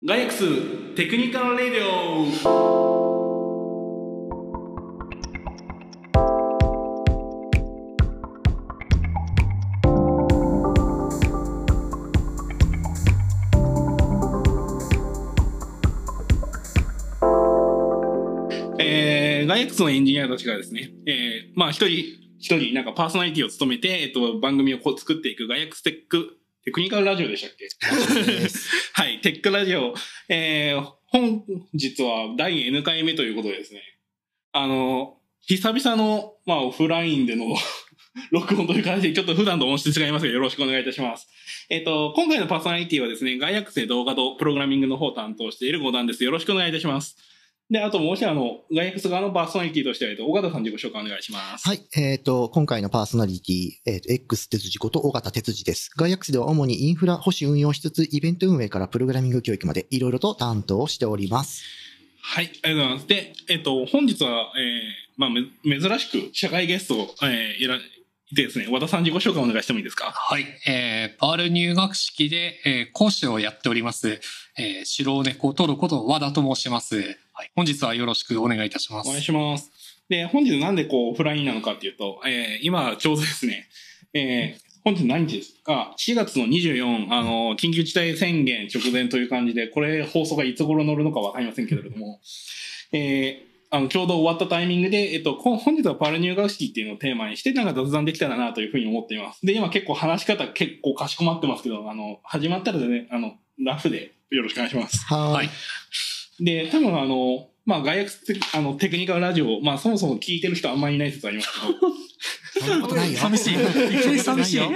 ガイアックステクニカルレディオ。ガイアックスのエンジニアたちがですね、一人なんかパーソナリティを務めて、番組を作っていくガイアックステクニカルラジオでしたっけはい、テックラジオ。本日は第 N 回目ということでですね、久々の、オフラインでの録音という形で、ちょっと普段と音質違いますが、よろしくお願いいたします。今回のパーソナリティはですね、ガイアックスで動画とプログラミングの方を担当している5段です。よろしくお願いいたします。で、あともう一人ガイアックス側のパーソナリティとしては、尾形さん自己紹介お願いします。 はい。今回のパーソナリティ、X 哲司こと尾形哲司です。ガイアックスでは主にインフラ保守運用しつつ、イベント運営からプログラミング教育までいろいろと担当しております。 はい、ありがとうございます。で、本日は、珍しく社会ゲストを、いてですね、和田さん自己紹介お願いしてもいいですか？ はい。パール入学式で、講師をやっております、白猫トロこと和田と申します。はい。本日はよろしくお願いいたします。 お願いします。で、本日なんでオフラインなのかっていうと、今ちょうどですね、本日何日ですか？ 4 月の24、緊急事態宣言直前という感じで、これ放送がいつ頃乗るのかわかりませんけれども、ちょうど終わったタイミングで、本日はパール入学式っていうのをテーマにして、なんか雑談できたらなというふうに思っています。で、今結構話し方結構かしこまってますけど、始まったらね、ラフでよろしくお願いします。 はい。 で、多分ガイアックステクニカルラジオ、そもそも聞いてる人あんまりいない説ありますけど、 そんなことないよ。 寂しい。いきなり寂しい。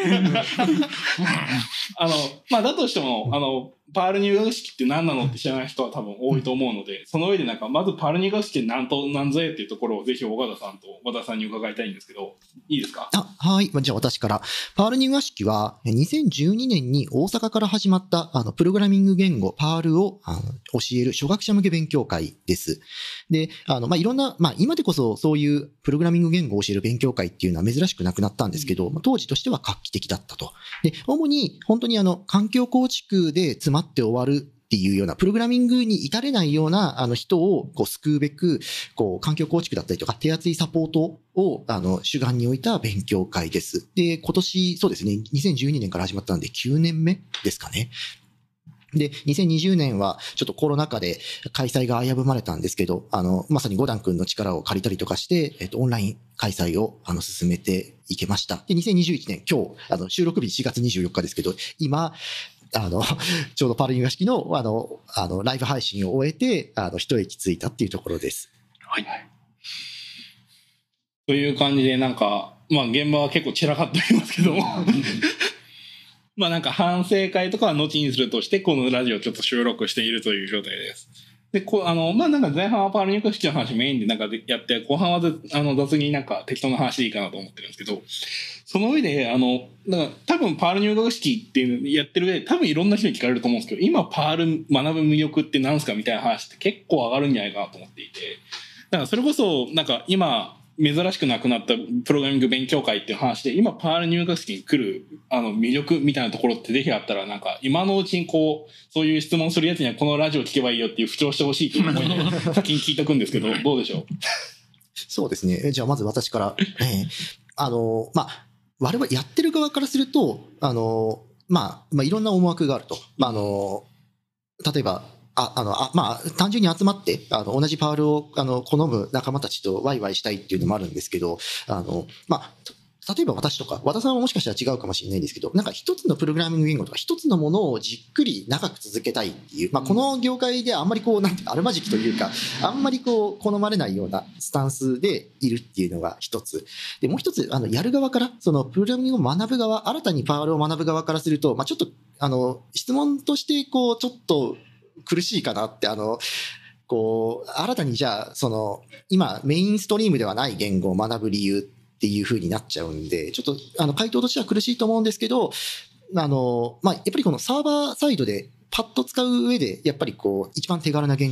だとしても、パール入学式って何なのって知らない人は多分多いと思うので、その上でなんか、まずパール入学式って何ぞやっていうところをぜひ尾形さんと和田さんに伺いたいんですけど、いいですか？ はい。じゃあ私から。パール入学式は、2012年に大阪から始まった、プログラミング言語、パールを教える初学者向け勉強会です。で、いろんな、今でこそそういうプログラミング言語を教える勉強会っていうのは珍しくなくなったんですけど、当時としては画期的だったと。で、主に本当に環境構築で詰まって終わるっていうような、プログラミングに至れないような人を救うべく、環境構築だったりとか手厚いサポートを主眼に置いた勉強会です。で、今年そうですね、2012年から始まったので9年目ですかね。で、2020年はちょっとコロナ禍で開催が危ぶまれたんですけど、まさに五段くんの力を借りたりとかして、オンライン開催を進めていけました。で、2021年、今日、収録日4月24日ですけど、今、ちょうどパール入学式の、ライブ配信を終えて、一息ついたっていうところです。 はい。 という感じで、なんか、現場は結構散らかっておりますけども。なんか反省会とかは後にするとして、このラジオをちょっと収録しているという状態です。で、なんか前半はパール入学式の話メインでなんかやって、後半は雑になんか適当な話でいいかなと思ってるんですけど、その上で、だから多分パール入学式っていうのやってる上で、多分いろんな人に聞かれると思うんですけど、今パール学ぶ魅力って何すかみたいな話って結構上がるんじゃないかなと思っていて、だからそれこそ、なんか今、珍しくなくなったプログラミング勉強会っていう話で、今パール入学式に来る魅力みたいなところってぜひあったら、なんか今のうちにそういう質問するやつにはこのラジオ聞けばいいよっていう布教してほしいと思いで先に聞いとくんですけど、どうでしょう？ そうですね。じゃあまず私から、我々やってる側からすると、いろんな思惑があると。例えば、単純に集まって、同じパールを、好む仲間たちとワイワイしたいっていうのもあるんですけど、例えば私とか、和田さんはもしかしたら違うかもしれないんですけど、なんか一つのプログラミング言語とか一つのものをじっくり長く続けたいっていう、この業界であんまりあるまじきというか、あんまり好まれないようなスタンスでいるっていうのが一つ。で、もう一つ、やる側から、そのプログラミングを学ぶ側、新たにパールを学ぶ側からすると、ちょっと、質問として、ちょっと、苦しいかなって、新たにじゃあ、今、メインストリームではない言語を学ぶ理由っていう風になっちゃうんで、ちょっと、回答としては苦しいと思うんですけど、やっぱりこのサーバーサイドでパッと使う上で、やっぱり一番手軽な言語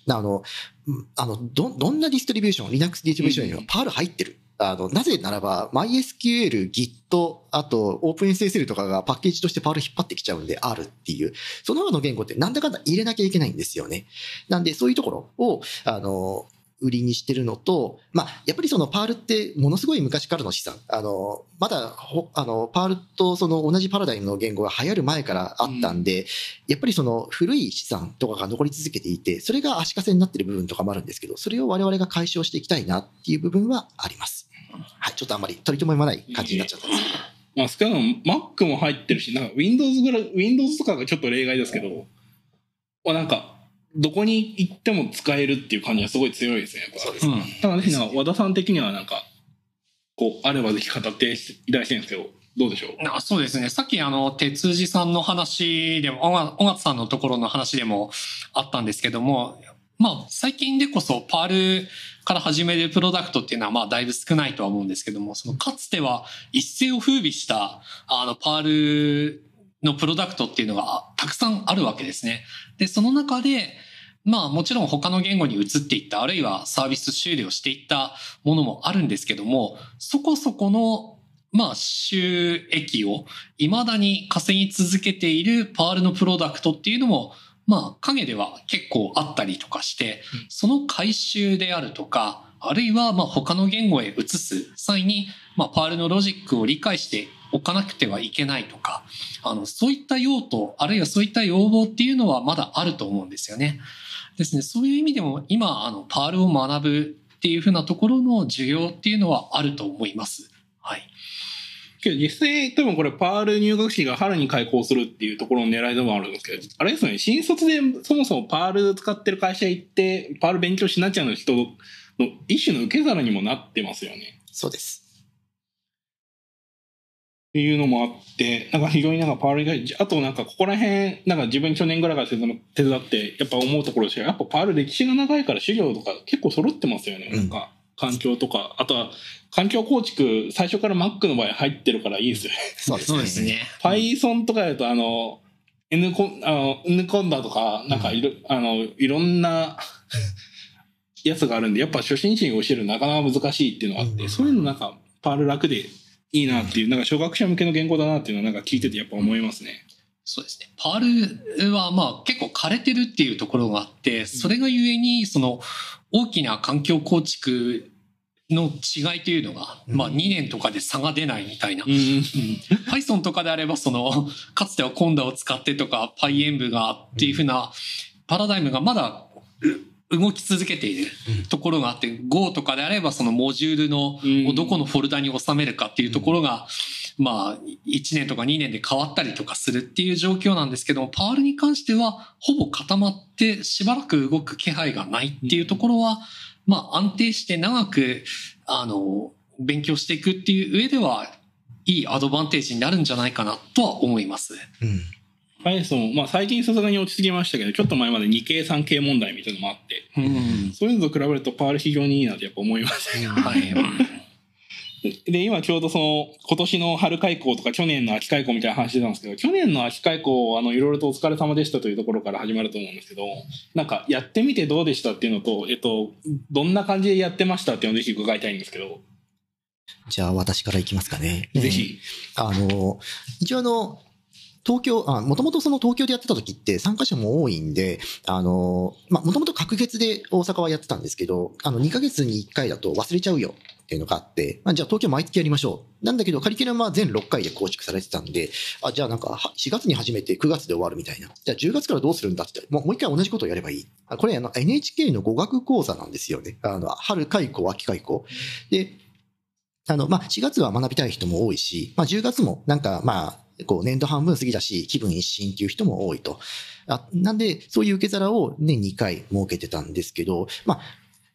どんなディストリビューション、Linux ディストリビューションにはパール入ってる。なぜならば、MySQL、Git、あと OpenSSL とかがパッケージとしてパール引っ張ってきちゃうんで R っていう、その他の言語ってなんだかんだ入れなきゃいけないんですよね。なんで、そういうところを、売りにしてるのと、やっぱりそのパールってものすごい昔からの資産。まだ、パールとその同じパラダイムの言語が流行る前からあったんで、やっぱりその古い資産とかが残り続けていて、それが足かせになってる部分とかもあるんですけど、それを我々が解消していきたいなっていう部分はあります。はい、ちょっとあんまり取り留めもない感じになっちゃったんですけど。 少なくとも Mac も入ってるし、なんか Windows とかがちょっと例外ですけど、なんか、どこに行っても使えるっていう感じがすごい強いですね。 そうですね。 ただね、和田さん的にはなんか、あればぜひ語っていただきたいんですけど、どうでしょう？ そうですね。さっき哲司さんの話でも、尾形さんのところの話でもあったんですけども、最近でこそパールから始めるプロダクトっていうのはだいぶ少ないとは思うんですけども、かつては一世を風靡したパールのプロダクトっていうのがたくさんあるわけですね。で、その中で、もちろん他の言語に移っていった、あるいはサービス終了していったものもあるんですけども、そこそこの収益を未だに稼ぎ続けているパールのプロダクトっていうのも、影では結構あったりとかして、その回収であるとか、あるいは他の言語へ移す際に、パールのロジックを理解しておかなくてはいけないとか、そういった用途、あるいはそういった要望っていうのはまだあると思うんですよね。ですね、そういう意味でも今、パールを学ぶっていうふうなところの需要っていうのはあると思います。はい。 けど実際多分これパール入学式が春に開校するっていうところの狙いでもあるんですけど、あれですよね、新卒でそもそもパール使ってる会社行ってパール勉強しなっちゃう人の一種の受け皿にもなってますよね。 そうです。 っていうのもあって、なんか非常になんかパール以外、あとなんかここら辺、なんか自分去年ぐらいから手伝って、やっぱ思うところですけど、やっぱパール歴史が長いから資料とか結構揃ってますよね。なんか環境とか、あとは環境構築、最初から Mac の場合入ってるからいいですよね。 そうですね。 Python とかだとN コンダとか、なんかいろんなやつがあるんで、やっぱ初心者に教えるのなかなか難しいっていうのがあって、そういうのなんかパール楽でいいなっていう、なんか初学者向けの言語だなっていうのはなんか聞いててやっぱ思いますね。 そうですね。パールは結構枯れてるっていうところがあって、それがゆえに大きな環境構築の違いというのが、2年とかで差が出ないみたいな。Python とかであればかつてはコンダを使ってとか PyEnv がっていうふうなパラダイムがまだ動き続けているところがあって、Go とかであればモジュールのどこのフォルダに収めるかっていうところが、1年とか2年で変わったりとかするっていう状況なんですけども、パールに関してはほぼ固まってしばらく動く気配がないっていうところは、安定して長く、勉強していくっていう上では、いいアドバンテージになるんじゃないかなとは思います。 Python、最近さすがに落ち着きましたけど、ちょっと前まで2系3系問題みたいなのもあって、そういうのと比べるとパール非常にいいなってやっぱ思いますね。で、今ちょうど今年の春開校とか去年の秋開校みたいな話してたんですけど、去年の秋開校、いろいろとお疲れ様でしたというところから始まると思うんですけど、なんかやってみてどうでしたっていうのと、どんな感じでやってましたっていうのをぜひ伺いたいんですけど。 じゃあ私からいきますかね。 ぜひ。 一応東京、もともと東京でやってた時って参加者も多いんで、もともと隔月で大阪はやってたんですけど、2ヶ月に1回だと忘れちゃうよっていうのがあって、じゃあ東京毎月やりましょう。なんだけどカリキュラムは全6回で構築されてたんで、じゃあなんか4月に始めて9月で終わるみたいな。じゃあ10月からどうするんだって言ったら、もう一回同じことをやればいい。これNHK の語学講座なんですよね。春開校、秋開校。で、4月は学びたい人も多いし、10月もなんか年度半分過ぎだし、気分一新っていう人も多いと。なんで、そういう受け皿を年2回設けてたんですけど、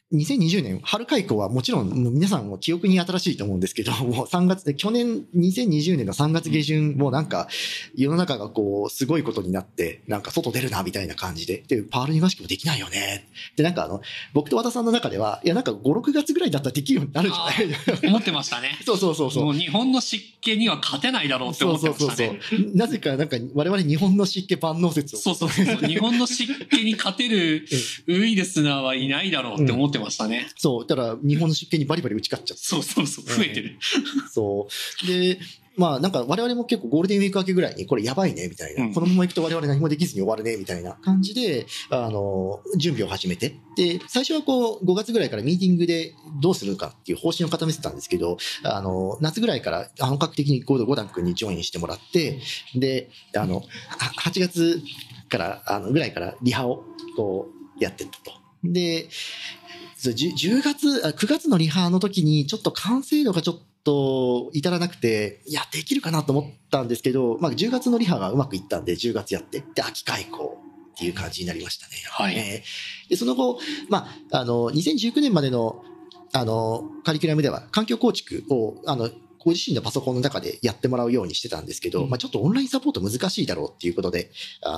2020年春開校はもちろん皆さんも記憶に新しいと思うんですけど、もう3月で、去年2020年の3月下旬、もうなんか世の中がこうすごいことになって、なんか外出るなみたいな感じで、で、パール入学式もできないよね。で、なんか僕と和田さんの中では、いやなんか5、6月ぐらいだったらできるようになるんじゃない思ってましたね。 そうそうそうそう。 もう日本の湿気には勝てないだろうって思ってましたね。 そうそうそうそう。なぜかなんか我々日本の湿気万能説を。 そうそうそう。日本の湿気に勝てるウイルスなはいないだろうって思ってましたね。 そう。だから日本の湿気にバリバリ打ち勝っちゃって。 そうそうそう。増えてる。 そう。で、まあなんか我々も結構ゴールデンウィーク明けぐらいにこれやばいねみたいな、このまま行くと我々何もできずに終わるねみたいな感じで、準備を始めて、で、最初はこう5月ぐらいからミーティングでどうするかっていう方針を固めてたんですけど、夏ぐらいから本格的にゴダン君にジョインしてもらって、で、8月からぐらいからリハをこうやってったと。で、9月のリハの時にちょっと完成度がちょっと至らなくて、いや、できるかなと思ったんですけど、まあ10月のリハがうまくいったんで、10月やって、で、秋開校っていう感じになりましたね。 はい。 で、その後、まあ、2019年までの、カリキュラムでは環境構築を、ご自身のパソコンの中でやってもらうようにしてたんですけど、まあちょっとオンラインサポート難しいだろうっていうことで、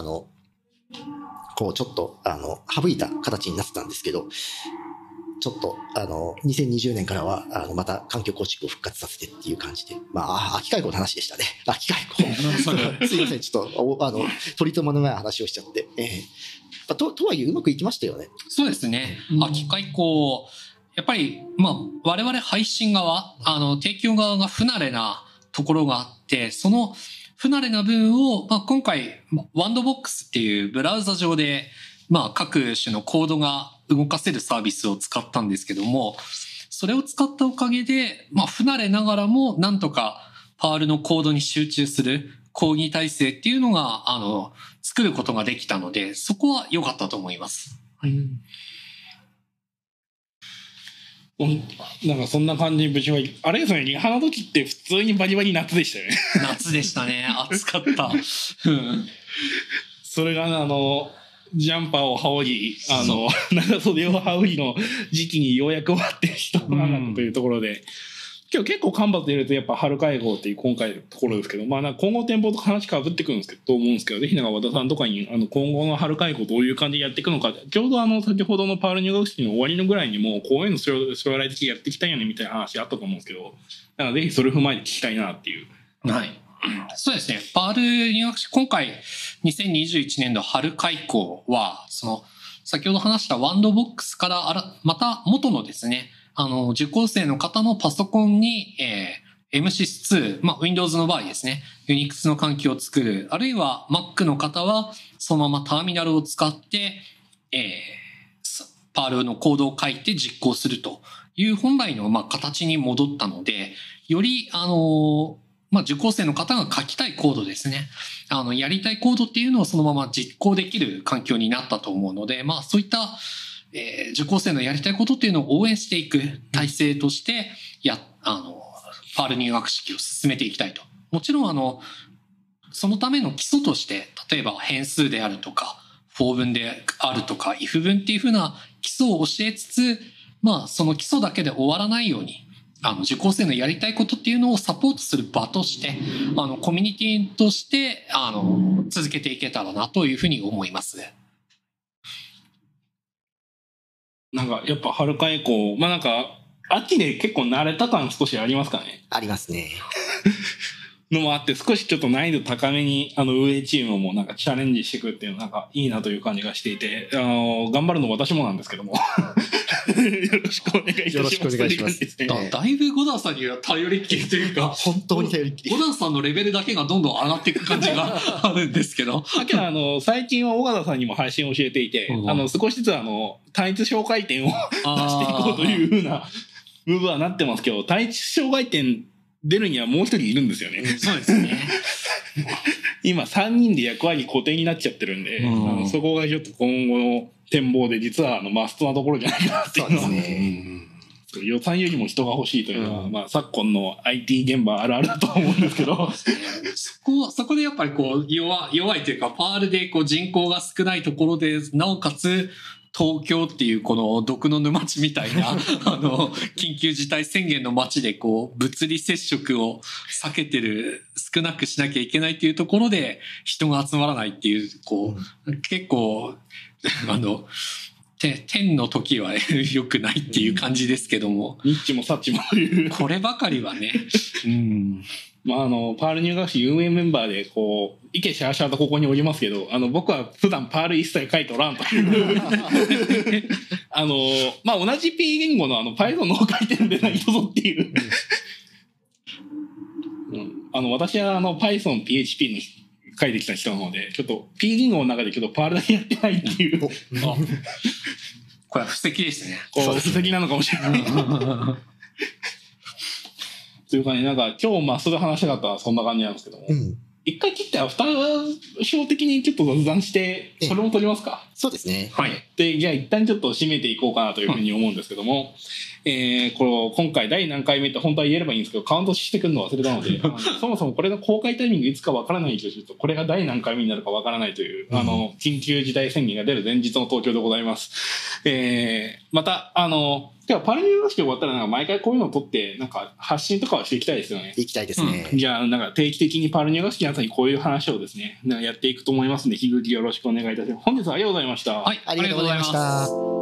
こうちょっと、省いた形になってたんですけど、ちょっと、2020年からは、また環境構築を復活させてっていう感じで、まあ、秋開校の話でしたね。秋開校。すいません、ちょっと、取り留めのない話をしちゃって。とはいえ、うまくいきましたよね。 そうですね。秋開校、やっぱり、まあ、我々配信側、提供側が不慣れなところがあって、その不慣れな分を、まあ、今回、ワンドボックスっていうブラウザ上で、まあ、各種のコードが動かせるサービスを使ったんですけども、それを使ったおかげで、まあ、不慣れながらも、なんとか、パールのコードに集中する講義体制っていうのが、作ることができたので、そこは良かったと思います。はい。 なんかそんな感じにぶちまけ、あれですね、リハの時って普通にバリバリ夏でしたよね。 夏でしたね。暑かった。 それがジャンパーを羽織り、長袖を羽織りの時期にようやく終わって人がなかったというところで、今日結構間髪入れるとやっぱ春会合っていう今回のところですけど、まあなんか今後展望と話かぶってくるんですけど、と思うんですけど、ぜひなんか和田さんとかに今後の春会合どういう感じでやっていくのか、ちょうど先ほどのパール入学式の終わりのぐらいにもこういうの将来的にやっていきたいよねみたいな話あったと思うんですけど、だからぜひそれを踏まえて聞きたいなっていう。 はい。そうですね。パール入学式、今回2021年度春開講は、先ほど話したワンドボックスからまた元のですね、受講生の方のパソコンに、MSys2、まあ、Windows の場合ですね、Unix の環境を作る、あるいは Mac の方は、そのままターミナルを使って、パールのコードを書いて実行するという本来の、まあ、形に戻ったので、より、まあ、受講生の方が書きたいコードですね。やりたいコードっていうのをそのまま実行できる環境になったと思うので、まあ、そういった受講生のやりたいことっていうのを応援していく体制として、パール入学式を進めていきたいと。もちろん、そのための基礎として、例えば変数であるとか、for 文であるとか、if 文っていうふうな基礎を教えつつ、まあ、その基礎だけで終わらないように、受講生のやりたいことっていうのをサポートする場として、コミュニティとして、続けていけたらなというふうに思います。 なんかやっぱ春開講、まあなんか秋で結構慣れた感少しありますかね。 ありますね。 のもあって少しちょっと難易度高めに運営チームもなんかチャレンジしていくっていうのなんかいいなという感じがしていて、頑張るの私もなんですけどもよろしくお願いいたします。 よろしくお願いします。 だいぶゴダンさんには頼りっきりというか、 本当に頼りっきり。 ゴダンさんのレベルだけがどんどん上がっていく感じがあるんですけど。 だけど最近は小川さんにも配信を教えていて、少しずつ単一紹介点を出していこうというふうなムーブはなってますけど、単一障害点出るにはもう一人いるんですよね。 そうですね。 今3人で役割固定になっちゃってるんで、そこがちょっと今後の展望で実はマストなところじゃないかなっていうのは、予算よりも人が欲しいというのは、まあ昨今の IT 現場あるあるだと思うんですけどそこでやっぱりこう弱いというか、パールでこう人口が少ないところでなおかつ東京っていうこの毒の沼地みたいな緊急事態宣言の街でこう物理接触を避けてる、少なくしなきゃいけないっていうところで人が集まらないっていう、こう結構天の時は良くないっていう感じですけども、 ニッチもサッチもという。 こればかりはね、 まあパール入学式運営メンバーでこうイケシャーシャーとここにおりますけど、僕は普段パール一切書いておらんというまあ同じ P 言語のPython の方書いてるんでないとぞっていう私はPython、PHP の書いてきた人なので、ちょっと P 言語の中でちょっとパールだけやってないっていうこれは布石ですね。 こう布石なのかもしれないというかね、なんか今日まっすぐ話したかったのはそんな感じなんですけども、一回切ってアフターショー的にちょっと雑談してそれも取りますか。 そうですね。 はい。で、じゃあ一旦ちょっと締めていこうかなというふうに思うんですけども、今回第何回目って本当は言えればいいんですけど、カウントしてくるの忘れたのでそもそもこれの公開タイミングいつかわからないというと、これが第何回目になるかわからないという、緊急事態宣言が出る前日の東京でございます。またではパール入学式終わったらなんか毎回こういうのを撮ってなんか発信とかはしていきたいですよね。 いきたいですね。 じゃあなんか定期的にパール入学式の後にこういう話をですね、なんかやっていくと思いますので、引き続きよろしくお願いいたします。本日はありがとうございました。 はい、 ありがとうございました。